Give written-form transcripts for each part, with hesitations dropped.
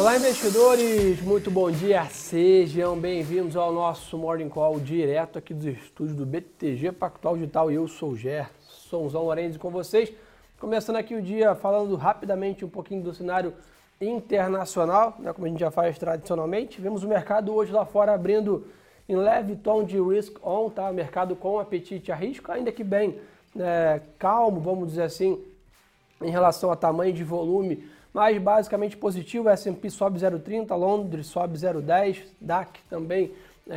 Olá, investidores! Muito bom dia! Sejam bem-vindos ao nosso Morning Call direto aqui dos estúdios do BTG Pactual Digital. Eu sou o Gersonzão Lorenzi com vocês. Começando aqui o dia falando rapidamente um pouquinho do cenário internacional, né, como a gente já faz tradicionalmente. Vemos o mercado hoje lá fora abrindo em leve tom de risk on, tá? Mercado com apetite a risco, ainda que bem calmo, vamos dizer assim, em relação a tamanho de volume, mas basicamente positivo. S&P sobe 0,30, Londres sobe 0,10, DAX também,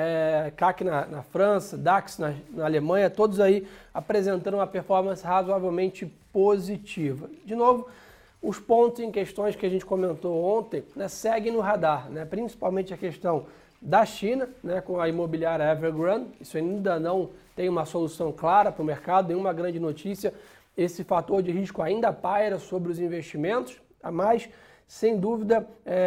CAC na França, DAX na Alemanha, todos aí apresentando uma performance razoavelmente positiva. De novo, os pontos em questões que a gente comentou ontem, né, seguem no radar, né, principalmente a questão da China, né, com a imobiliária Evergrande. Isso ainda não tem uma solução clara para o mercado, nenhuma grande notícia. Esse fator de risco ainda paira sobre os investimentos, mas sem dúvida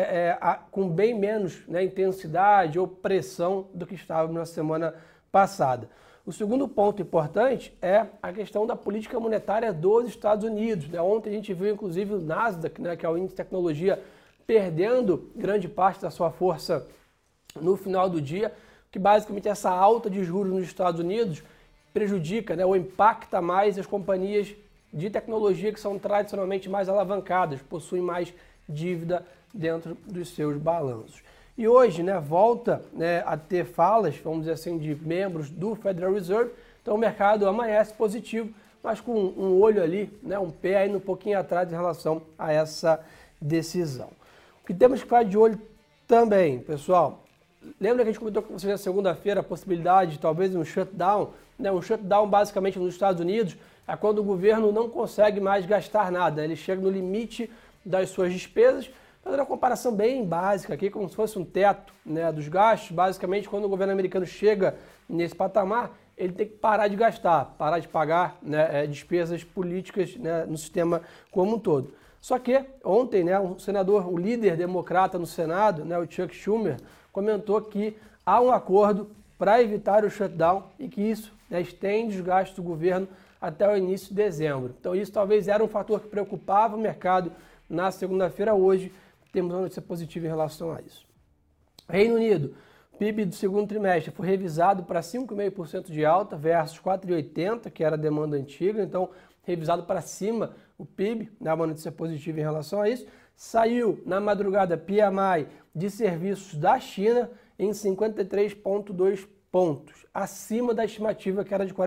com bem menos, né, intensidade ou pressão do que estávamos na semana passada. O segundo ponto importante é a questão da política monetária dos Estados Unidos, né? Ontem a gente viu inclusive o Nasdaq, né, que é o índice de tecnologia, perdendo grande parte da sua força no final do dia, que basicamente essa alta de juros nos Estados Unidos prejudica, né, ou impacta mais as companhias de tecnologia que são tradicionalmente mais alavancadas, possuem mais dívida dentro dos seus balanços. E hoje, né, volta, né, a ter falas, vamos dizer assim, de membros do Federal Reserve. Então o mercado amanhece positivo, mas com um olho ali, né, um pé ainda um pouquinho atrás em relação a essa decisão. O que temos que ficar de olho também, pessoal, lembra que a gente comentou com vocês na segunda-feira a possibilidade de talvez um shutdown, né? Um shutdown basicamente nos Estados Unidos é quando o governo não consegue mais gastar nada, ele chega no limite das suas despesas. Fazendo uma comparação bem básica aqui, como se fosse um teto, né, dos gastos. Basicamente, quando o governo americano chega nesse patamar, ele tem que parar de gastar, parar de pagar, né, despesas políticas, né, no sistema como um todo. Só que ontem, né, um senador, o líder democrata no Senado, né, o Chuck Schumer, comentou que há um acordo para evitar o shutdown e que isso, né, estende os gastos do governo até o início de dezembro. Então isso talvez era um fator que preocupava o mercado na segunda-feira. Hoje temos uma notícia positiva em relação a isso. Reino Unido, PIB do segundo trimestre foi revisado para 5,5% de alta versus 4,80%, que era a demanda antiga. Então, revisado para cima o PIB, né, uma notícia positiva em relação a isso. Saiu na madrugada PMI de serviços da China em 53,2 pontos, acima da estimativa que era de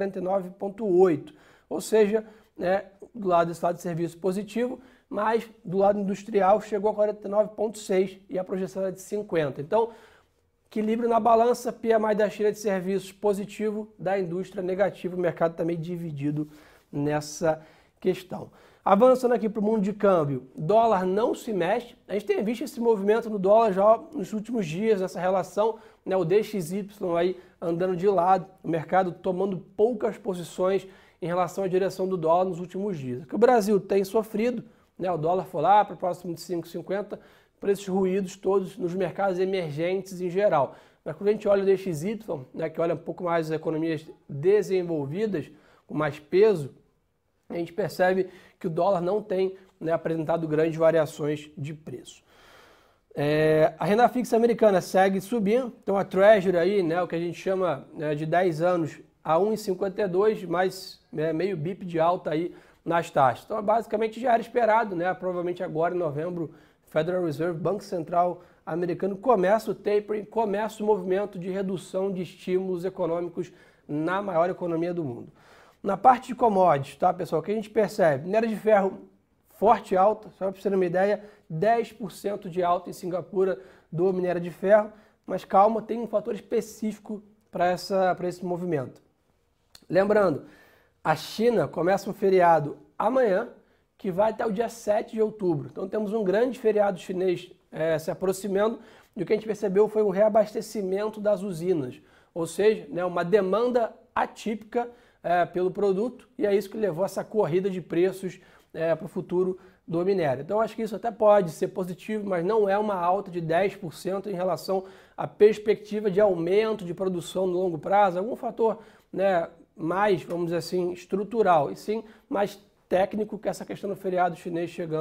49,8. Ou seja, né, do lado do estado de serviço positivo, mas do lado industrial chegou a 49,6 e a projeção era de 50. Então, equilíbrio na balança, PMI da China de serviços positivo, da indústria negativo, o mercado também dividido nessa questão. Avançando aqui para o mundo de câmbio, dólar não se mexe. A gente tem visto esse movimento no dólar já nos últimos dias, essa relação, né, o DXY aí andando de lado, o mercado tomando poucas posições em relação à direção do dólar nos últimos dias. O que o Brasil tem sofrido, né, o dólar foi lá para próximo de 5,50, por esses ruídos todos nos mercados emergentes em geral. Mas quando a gente olha o DXY, né, que olha um pouco mais as economias desenvolvidas, com mais peso, a gente percebe que o dólar não tem, né, apresentado grandes variações de preço. A renda fixa americana segue subindo, então a Treasury aí, né, o que a gente chama, né, de 10 anos a 1,52, mais, né, meio bip de alta aí nas taxas. Então basicamente já era esperado, né, provavelmente agora em novembro, Federal Reserve, Banco Central americano, começa o tapering, começa o movimento de redução de estímulos econômicos na maior economia do mundo. Na parte de commodities, tá, pessoal, o que a gente percebe? Minério de ferro forte alta, só para você ter uma ideia, 10% de alta em Singapura do minério de ferro, mas calma, tem um fator específico para esse movimento. Lembrando, a China começa um feriado amanhã, que vai até o dia 7 de outubro. Então temos um grande feriado chinês se aproximando, e o que a gente percebeu foi um reabastecimento das usinas, ou seja, né, uma demanda atípica pelo produto, e é isso que levou essa corrida de preços para o futuro do minério. Então acho que isso até pode ser positivo, mas não é uma alta de 10% em relação à perspectiva de aumento de produção no longo prazo, algum fator, né, mais, vamos dizer assim, estrutural, e sim mais técnico, que essa questão do feriado chinês chegando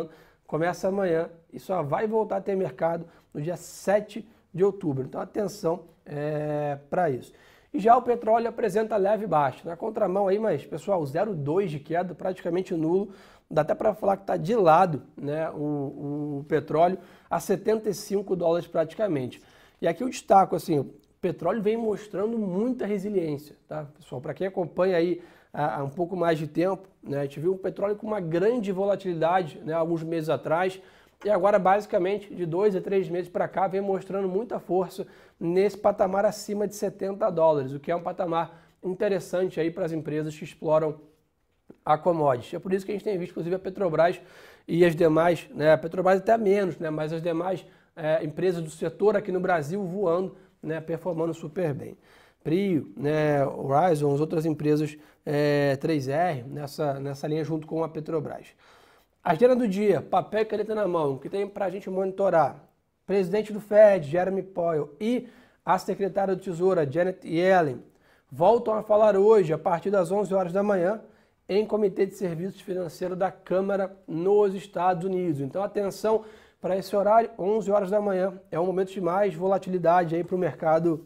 começa amanhã e só vai voltar a ter mercado no dia 7 de outubro. Então, atenção para isso. E já o petróleo apresenta leve baixa. Na contramão aí, mas, pessoal, 0,2 de queda, praticamente nulo. Dá até para falar que está de lado, né, o petróleo a 75 dólares praticamente. E aqui eu destaco, assim, o petróleo vem mostrando muita resiliência, tá, pessoal? Para quem acompanha aí há um pouco mais de tempo, né, a gente viu o petróleo com uma grande volatilidade, né, alguns meses atrás, e agora basicamente de 2 a 3 meses para cá vem mostrando muita força nesse patamar acima de 70 dólares, o que é um patamar interessante aí para as empresas que exploram a commodity. É por isso que a gente tem visto, inclusive, a Petrobras e as demais, né, a Petrobras até menos, né, mas as demais empresas do setor aqui no Brasil voando, né, performando super bem. Prio, né, Horizon, as outras empresas 3R, nessa linha junto com a Petrobras. Agenda do dia, papel e caneta na mão, que tem para a gente monitorar. Presidente do Fed, Jeremy Powell, e a secretária do Tesouro, Janet Yellen, voltam a falar hoje, a partir das 11 horas da manhã, em Comitê de Serviços Financeiros da Câmara nos Estados Unidos. Então, atenção para esse horário, 11 horas da manhã, é um momento de mais volatilidade aí para o mercado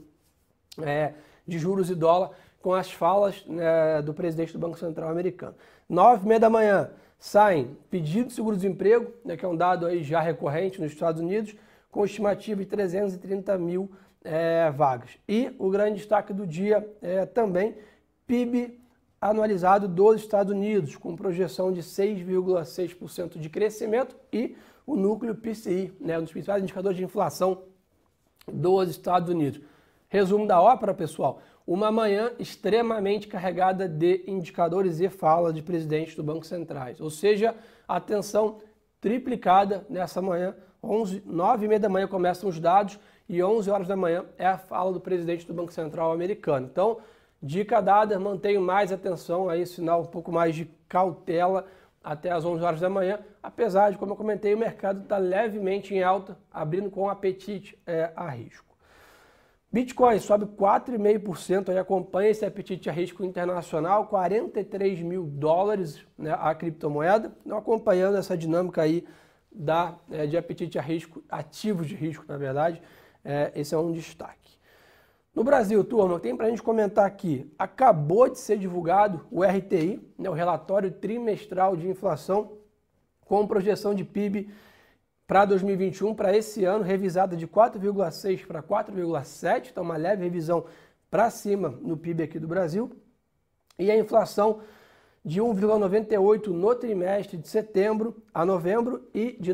de juros e dólar, com as falas, né, do presidente do Banco Central americano. 9h30 da manhã, saem pedido de seguro-desemprego, né, que é um dado aí já recorrente nos Estados Unidos, com estimativa de 330 mil vagas. E o grande destaque do dia é também PIB anualizado dos Estados Unidos, com projeção de 6,6% de crescimento, e o núcleo PCI, né, um dos principais indicadores de inflação dos Estados Unidos. Resumo da ópera, pessoal, uma manhã extremamente carregada de indicadores e fala de presidentes do Banco Centrais, ou seja, atenção triplicada nessa manhã, 9h30 da manhã começam os dados e 11 horas da manhã é a fala do presidente do Banco Central americano. Então, dica dada, mantenho mais atenção, aí sinal um pouco mais de cautela até as 11 horas da manhã, apesar de, como eu comentei, o mercado está levemente em alta, abrindo com apetite a risco. Bitcoin sobe 4,5%, aí acompanha esse apetite a risco internacional, 43 mil dólares, né, a criptomoeda, não acompanhando essa dinâmica aí de apetite a risco, ativos de risco, na verdade, esse é um destaque. No Brasil, turma, tem para a gente comentar aqui, acabou de ser divulgado o RTI, né, o relatório trimestral de inflação, com projeção de PIB para 2021, para esse ano, revisada de 4,6 para 4,7, então uma leve revisão para cima no PIB aqui do Brasil, e a inflação de 1,98 no trimestre de setembro a novembro e de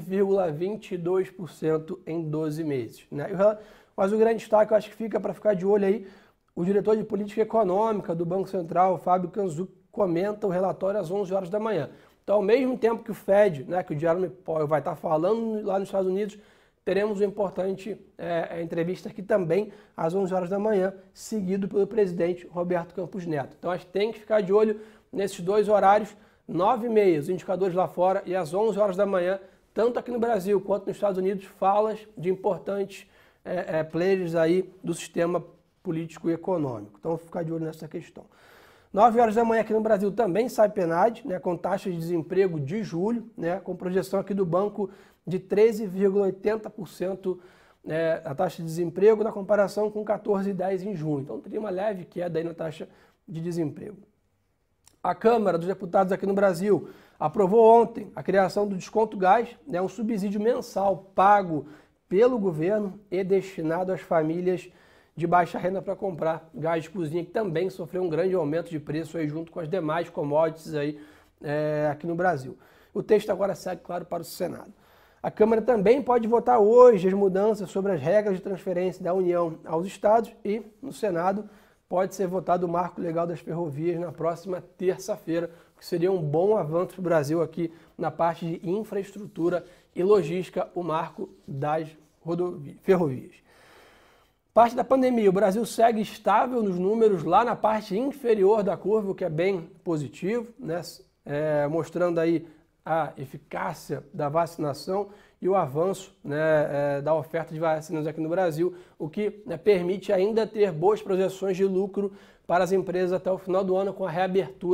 9,22% em 12 meses. Né? Mas o grande destaque, eu acho que fica para ficar de olho aí, o diretor de política econômica do Banco Central, Fábio Canzu, comenta o relatório às 11 horas da manhã. Então, ao mesmo tempo que o Fed, né, que o Jeremy Powell vai estar falando lá nos Estados Unidos, teremos uma importante entrevista aqui também às 11 horas da manhã, seguido pelo presidente Roberto Campos Neto. Então, a gente tem que ficar de olho nesses dois horários, 9h30, os indicadores lá fora, e às 11 horas da manhã, tanto aqui no Brasil quanto nos Estados Unidos, falas de importantes players aí do sistema político e econômico. Então, vou ficar de olho nessa questão. 9 horas da manhã aqui no Brasil também sai PNAD, né, com taxa de desemprego de julho, né, com projeção aqui do banco de 13,80% a taxa de desemprego na comparação com 14,10% em junho. Então teria uma leve queda aí na taxa de desemprego. A Câmara dos Deputados aqui no Brasil aprovou ontem a criação do desconto gás, né, um subsídio mensal pago pelo governo e destinado às famílias de baixa renda para comprar gás de cozinha, que também sofreu um grande aumento de preço aí junto com as demais commodities aí, aqui no Brasil. O texto agora segue, claro, para o Senado. A Câmara também pode votar hoje as mudanças sobre as regras de transferência da União aos estados e, no Senado, pode ser votado o marco legal das ferrovias na próxima terça-feira, que seria um bom avanço para o Brasil aqui na parte de infraestrutura e logística, o marco das ferrovias. Parte da pandemia, o Brasil segue estável nos números lá na parte inferior da curva, o que é bem positivo, né? Mostrando aí a eficácia da vacinação e o avanço, né, da oferta de vacinas aqui no Brasil, o que, né, permite ainda ter boas projeções de lucro para as empresas até o final do ano com a reabertura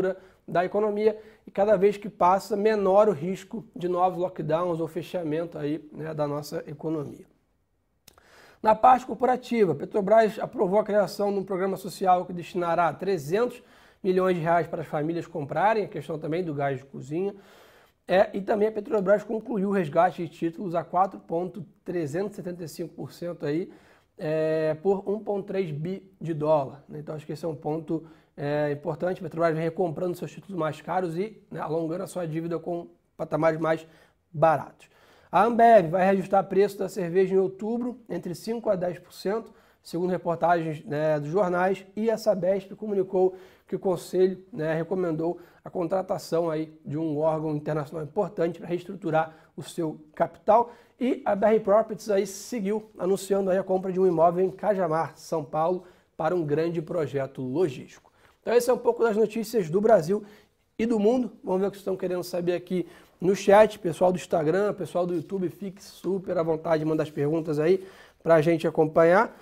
da economia e cada vez que passa, menor o risco de novos lockdowns ou fechamento aí, né, da nossa economia. Na parte corporativa, a Petrobras aprovou a criação de um programa social que destinará 300 milhões de reais para as famílias comprarem, a questão também do gás de cozinha. E também a Petrobras concluiu o resgate de títulos a 4,375% aí, por 1,3 bi de dólar. Então acho que esse é um ponto importante. A Petrobras vem recomprando seus títulos mais caros e, né, alongando a sua dívida com patamares mais baratos. A Ambev vai reajustar o preço da cerveja em outubro entre 5% a 10%, segundo reportagens, né, dos jornais, e a Sabesp comunicou que o Conselho, né, recomendou a contratação aí de um órgão internacional importante para reestruturar o seu capital. E a BR Properties aí seguiu anunciando aí a compra de um imóvel em Cajamar, São Paulo, para um grande projeto logístico. Então esse é um pouco das notícias do Brasil e do mundo. Vamos ver o que vocês estão querendo saber aqui no chat. Pessoal do Instagram, pessoal do YouTube, fique super à vontade de mandar as perguntas aí para a gente acompanhar.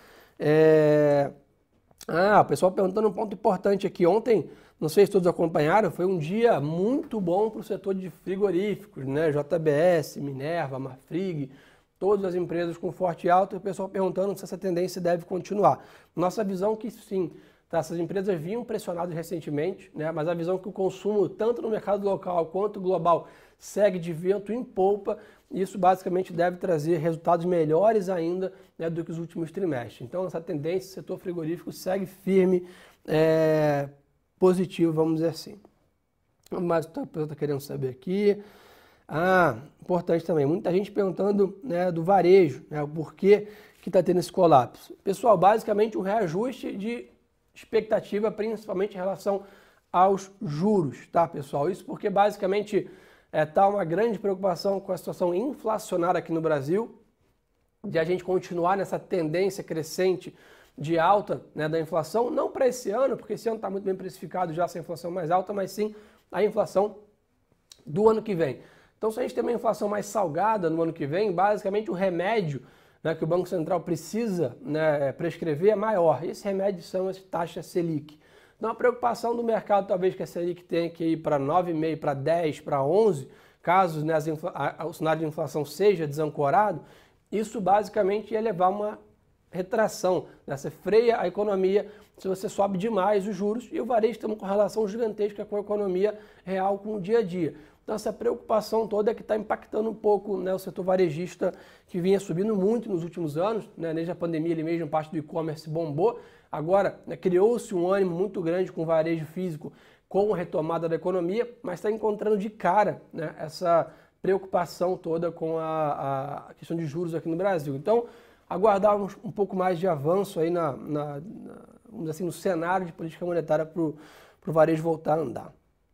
O pessoal perguntando um ponto importante aqui. Ontem, não sei se todos acompanharam, foi um dia muito bom para o setor de frigoríficos, né? JBS, Minerva, Marfrig, todas as empresas com forte alta, e o pessoal perguntando se essa tendência deve continuar. Nossa visão é que sim, tá? Essas empresas vinham pressionadas recentemente, né? Mas a visão é que o consumo, tanto no mercado local quanto global, segue de vento em polpa, e isso basicamente deve trazer resultados melhores ainda, né, do que os últimos trimestres. Então essa tendência, o setor frigorífico segue firme, positivo, vamos dizer assim. Mas o que a pessoa está querendo saber aqui? Importante também, muita gente perguntando, né, do varejo, né, o porquê que está tendo esse colapso. Pessoal, basicamente um reajuste de expectativa, principalmente em relação aos juros, tá, pessoal? Isso porque basicamente está uma grande preocupação com a situação inflacionária aqui no Brasil, de a gente continuar nessa tendência crescente de alta, né, da inflação, não para esse ano, porque esse ano está muito bem precificado já essa inflação mais alta, mas sim a inflação do ano que vem. Então, se a gente tem uma inflação mais salgada no ano que vem, basicamente o remédio, né, que o Banco Central precisa, né, prescrever é maior. E esse remédio são as taxas Selic. Então, a preocupação do mercado, talvez, que a Selic tenha que ir para 9,5%, para 10%, para 11%, caso, né, o cenário de inflação seja desancorado, isso basicamente ia levar a uma retração, né? Você freia a economia se você sobe demais os juros, e o varejo tem uma correlação gigantesca com a economia real, com o dia a dia. Então essa preocupação toda é que está impactando um pouco, né, o setor varejista, que vinha subindo muito nos últimos anos, né? Desde a pandemia ele mesmo, parte do e-commerce bombou. Agora, né, criou-se um ânimo muito grande com o varejo físico, com a retomada da economia, mas está encontrando de cara, né, essa preocupação toda com a questão de juros aqui no Brasil. Então, aguardar um pouco mais de avanço aí vamos dizer assim, no cenário de política monetária para o varejo voltar a andar.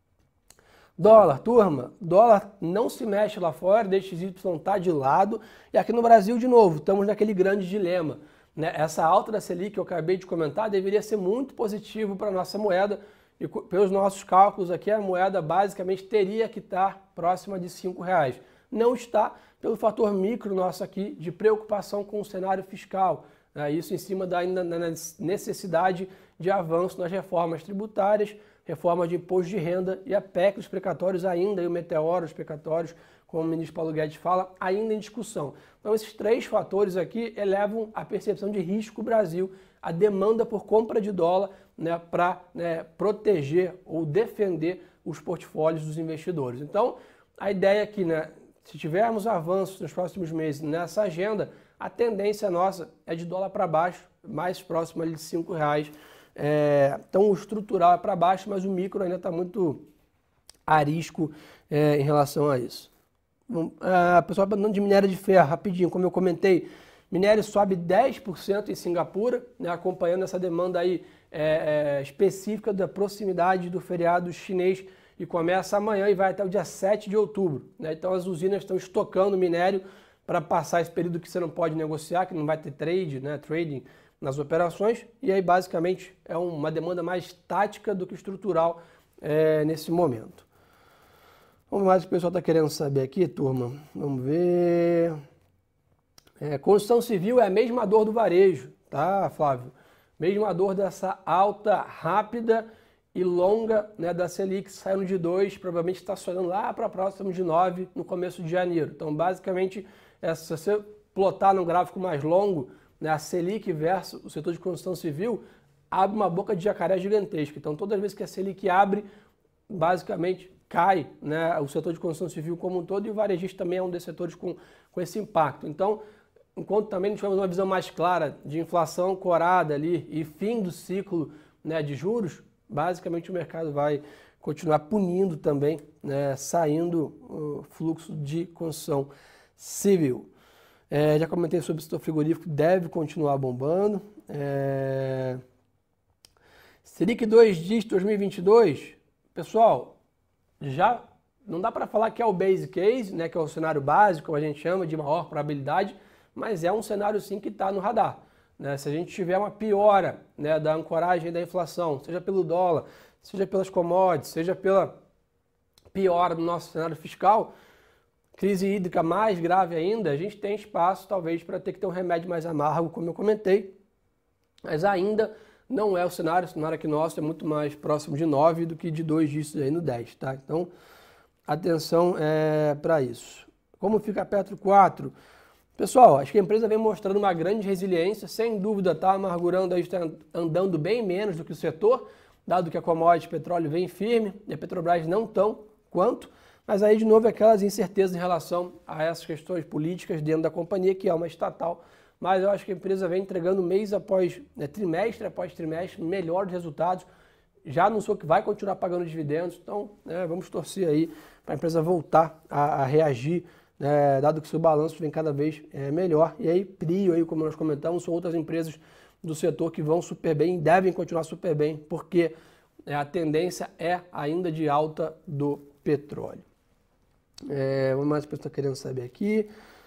Dólar, turma, dólar não se mexe lá fora, DXY está de lado, e aqui no Brasil, de novo, estamos naquele grande dilema, né? Essa alta da Selic que eu acabei de comentar deveria ser muito positivo para a nossa moeda, e pelos nossos cálculos aqui, a moeda basicamente teria que estar próxima de R$5. Não está, pelo fator micro nosso aqui de preocupação com o cenário fiscal. Isso em cima da necessidade de avanço nas reformas tributárias, reforma de imposto de renda e a PEC dos precatórios ainda, e o meteoro dos precatórios, como o ministro Paulo Guedes fala, ainda em discussão. Então esses três fatores aqui elevam a percepção de risco Brasil, a demanda por compra de dólar, né, para, né, proteger ou defender os portfólios dos investidores. Então a ideia aqui, né, se tivermos avanços nos próximos meses nessa agenda, a tendência nossa é de dólar para baixo, mais próximo ali de R$5. Então o estrutural é para baixo, mas o micro ainda está muito arisco em relação a isso. Pessoal, perguntando de minério de ferro, rapidinho, como eu comentei, minério sobe 10% em Singapura, né, acompanhando essa demanda aí específica da proximidade do feriado chinês, e começa amanhã e vai até o dia 7 de outubro. Né? Então as usinas estão estocando minério para passar esse período que você não pode negociar, que não vai ter trade, né, trading nas operações, e aí basicamente é uma demanda mais tática do que estrutural nesse momento. Vamos mais o que o pessoal está querendo saber aqui, turma. Vamos ver. Construção civil é a mesma dor do varejo, tá, Flávio? Mesma dor dessa alta rápida e longa, né, da Selic saindo de 2, provavelmente estacionando lá para próximo de 9 no começo de janeiro. Então, basicamente, se você plotar num gráfico mais longo, né, a Selic versus o setor de construção civil abre uma boca de jacaré gigantesca. Então, todas as vezes que a Selic abre, basicamente cai, né, o setor de construção civil como um todo, e o varejista também é um desses setores com esse impacto. Então, enquanto também não tivermos uma visão mais clara de inflação corada ali e fim do ciclo, né, de juros, basicamente o mercado vai continuar punindo também, né, saindo o fluxo de construção civil. Já comentei sobre o setor frigorífico, deve continuar bombando. Selic 2 dígitos 2022, pessoal, já não dá para falar que é o base case, né, que é o cenário básico, como a gente chama, de maior probabilidade, mas é um cenário sim que está no radar. Né? Se a gente tiver uma piora, né, da ancoragem da inflação, seja pelo dólar, seja pelas commodities, seja pela piora do nosso cenário fiscal, crise hídrica mais grave ainda, a gente tem espaço talvez para ter que ter um remédio mais amargo, como eu comentei, mas ainda não é o cenário aqui nosso é muito mais próximo de 9 do que de 2 dígitos aí no 10, tá? Então, atenção para isso. Como fica a Petro 4? Pessoal, acho que a empresa vem mostrando uma grande resiliência, sem dúvida está amargurando, está andando bem menos do que o setor, dado que a commodity petróleo vem firme e a Petrobras não tão quanto, mas aí de novo aquelas incertezas em relação a essas questões políticas dentro da companhia, que é uma estatal, mas eu acho que a empresa vem entregando mês após, trimestre após trimestre, melhores resultados, já anunciou que vai continuar pagando dividendos, então vamos torcer aí para a empresa voltar a reagir, dado que seu balanço vem cada vez melhor. E aí, Prio, aí, como nós comentamos, são outras empresas do setor que vão super bem, devem continuar super bem, porque a tendência é ainda de alta do petróleo. O mais que eu estou querendo saber aqui.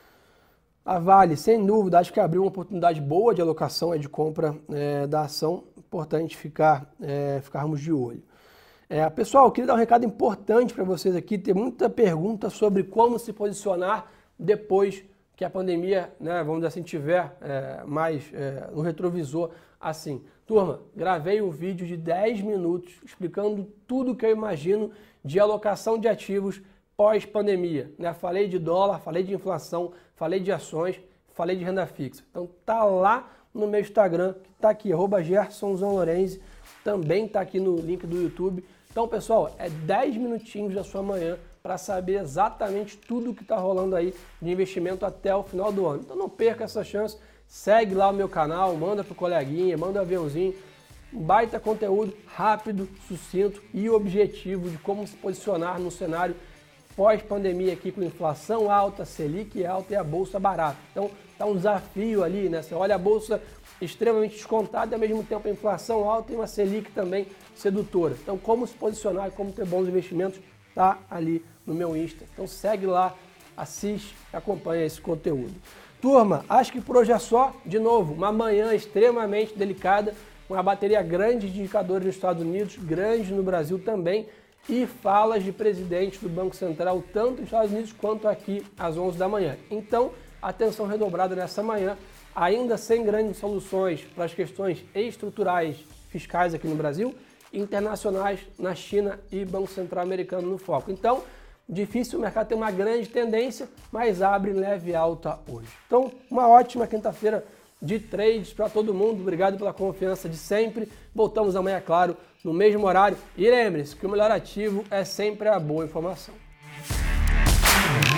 A Vale, sem dúvida, acho que abriu uma oportunidade boa de alocação, de compra da ação. Importante ficarmos de olho. Pessoal, eu queria dar um recado importante para vocês aqui. Tem muita pergunta sobre como se posicionar depois que a pandemia, vamos dizer assim, tiver mais no retrovisor assim. Turma, gravei um vídeo de 10 minutos explicando tudo o que eu imagino de alocação de ativos pós-pandemia. Falei de dólar, falei de inflação, falei de ações, falei de renda fixa. Então tá lá no meu Instagram, que tá aqui, @gersonzonlorenzi, também tá aqui no link do YouTube. Então, pessoal, 10 minutinhos da sua manhã para saber exatamente tudo o que está rolando aí de investimento até o final do ano. Então não perca essa chance, segue lá o meu canal, manda pro coleguinha, manda um aviãozinho, um baita conteúdo rápido, sucinto e objetivo de como se posicionar no cenário pós-pandemia aqui com inflação alta, Selic alta e a bolsa barata. Então tá um desafio ali, né? Você olha a bolsa extremamente descontada e ao mesmo tempo a inflação alta e uma Selic também sedutora. Então como se posicionar e como ter bons investimentos tá ali no meu Insta. Então segue lá, assiste, acompanha esse conteúdo. Turma, acho que por hoje é só. De novo, uma manhã extremamente delicada, uma bateria grande de indicadores nos Estados Unidos, grande no Brasil também, e falas de presidente do Banco Central, tanto nos Estados Unidos quanto aqui às 11 da manhã. Então, atenção redobrada nessa manhã, ainda sem grandes soluções para as questões estruturais fiscais aqui no Brasil, internacionais na China e Banco Central americano no foco. Então, difícil o mercado ter uma grande tendência, mas abre leve alta hoje. Então, uma ótima quinta-feira de trades para todo mundo. Obrigado pela confiança de sempre. Voltamos amanhã, claro, no mesmo horário. E lembre-se que o melhor ativo é sempre a boa informação.